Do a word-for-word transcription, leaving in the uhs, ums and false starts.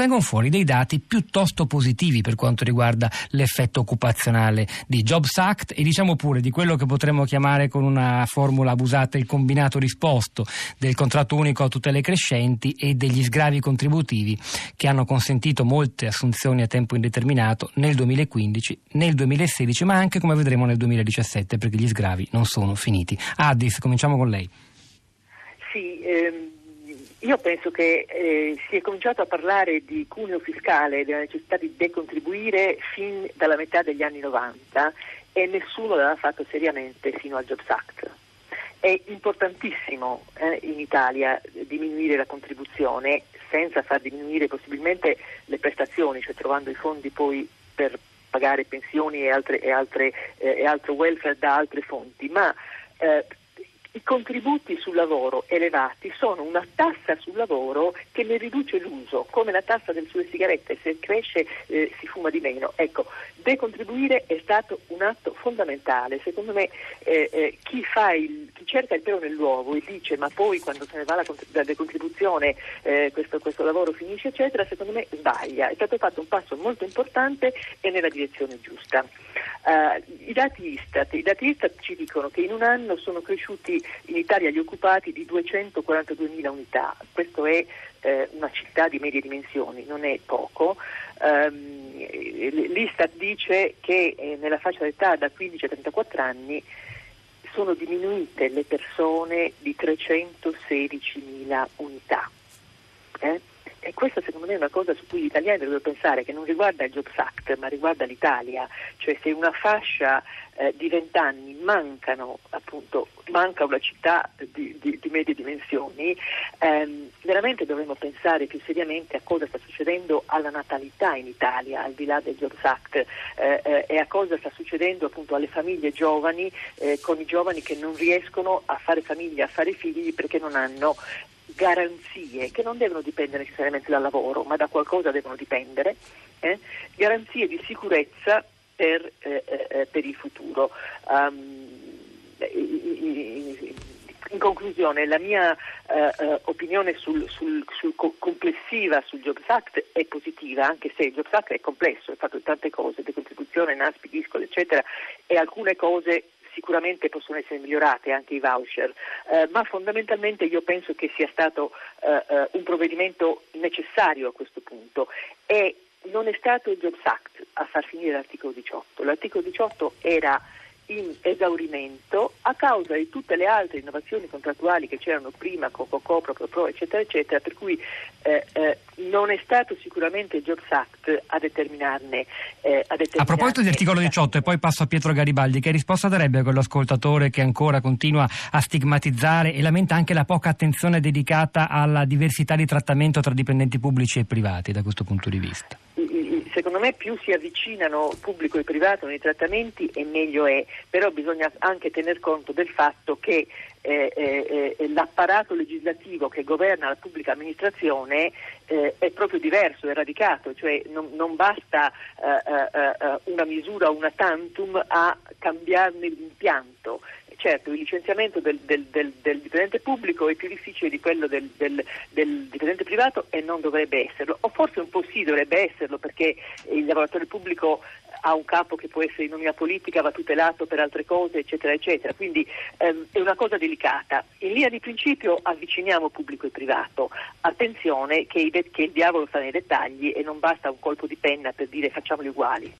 vengono fuori dei dati piuttosto positivi per quanto riguarda l'effetto occupazionale di Jobs Act e diciamo pure di quello che potremmo chiamare con una formula abusata il combinato risposto del contratto unico a tutele crescenti e degli sgravi contributivi che hanno consentito molte assunzioni a tempo indeterminato nel duemilaquindici, nel duemilasedici, ma anche, come vedremo, nel duemiladiciassette, perché gli sgravi non sono finiti. Addis, cominciamo con lei. Sì, ehm, io penso che eh, si è cominciato a parlare di cuneo fiscale e della necessità di decontribuire fin dalla metà degli anni novanta e nessuno l'aveva fatto seriamente fino al Jobs Act. È importantissimo eh, in Italia diminuire la contribuzione senza far diminuire possibilmente le prestazioni, cioè trovando i fondi poi per pagare pensioni e, altre, e, altre, eh, e altro welfare da altre fonti, ma eh, i contributi sul lavoro elevati sono una tassa sul lavoro che ne riduce l'uso, come la tassa del sulle sigarette, se cresce eh, si fuma di meno. Ecco, decontribuire è stato un atto fondamentale. Secondo me eh, eh, chi fa il, chi cerca il pelo nell'uovo e dice ma poi quando se ne va la, la decontribuzione eh, questo, questo lavoro finisce eccetera, secondo me sbaglia. È stato fatto un passo molto importante e nella direzione giusta. Uh, i dati Istat, i dati Istat ci dicono che in un anno sono cresciuti in Italia gli occupati di duecentoquarantaduemila unità. Questo è eh, una città di medie dimensioni, non è poco. Um, L'Istat dice che eh, nella fascia d'età da quindici a trentaquattro anni sono diminuite le persone di trecentosedicimila unità. Eh? E questa secondo me è una cosa su cui gli italiani dovrebbero pensare, che non riguarda il Jobs Act ma riguarda l'Italia, cioè se una fascia eh, di vent'anni mancano appunto manca una città di, di, di medie dimensioni, ehm, veramente dovremmo pensare più seriamente a cosa sta succedendo alla natalità in Italia al di là del Jobs Act eh, eh, e a cosa sta succedendo appunto alle famiglie giovani, eh, con i giovani che non riescono a fare famiglia, a fare figli perché non hanno garanzie che non devono dipendere necessariamente dal lavoro, ma da qualcosa devono dipendere, eh? garanzie di sicurezza per, eh, eh, per il futuro. Um, in conclusione, la mia eh, opinione sul, sul, sul complessiva sul Jobs Act è positiva, anche se il Jobs Act è complesso, è fatto di tante cose, decontribuzione, NASPI, DISCOL, eccetera, e alcune cose sicuramente possono essere migliorate, anche i voucher, eh, ma fondamentalmente io penso che sia stato eh, eh, un provvedimento necessario a questo punto e non è stato il Jobs Act a far finire l'articolo diciotto. L'articolo diciotto era in esaurimento a causa di tutte le altre innovazioni contrattuali che c'erano prima, Coco, Proprio Pro, eccetera, eccetera, per cui eh, eh, non è stato sicuramente il Jobs Act a determinarne. Eh, a, determinarne a proposito di articolo diciotto, e poi passo a Pietro Garibaldi, che risposta darebbe a quell'ascoltatore che ancora continua a stigmatizzare e lamenta anche la poca attenzione dedicata alla diversità di trattamento tra dipendenti pubblici e privati da questo punto di vista? Secondo me più si avvicinano pubblico e privato nei trattamenti e meglio è, però bisogna anche tener conto del fatto che eh, eh, l'apparato legislativo che governa la pubblica amministrazione eh, è proprio diverso, è radicato, cioè non, non basta eh, eh, una misura o una tantum a cambiarne l'impianto. Certo, il licenziamento del, del, del, del dipendente pubblico è più difficile di quello del, del, del dipendente privato e non dovrebbe esserlo, o forse un po' sì dovrebbe esserlo perché il lavoratore pubblico ha un capo che può essere in nomina politica, va tutelato per altre cose, eccetera, eccetera, quindi ehm, è una cosa delicata. In linea di principio avviciniamo pubblico e privato, attenzione che, i de- che il diavolo sta nei dettagli e non basta un colpo di penna per dire facciamoli uguali.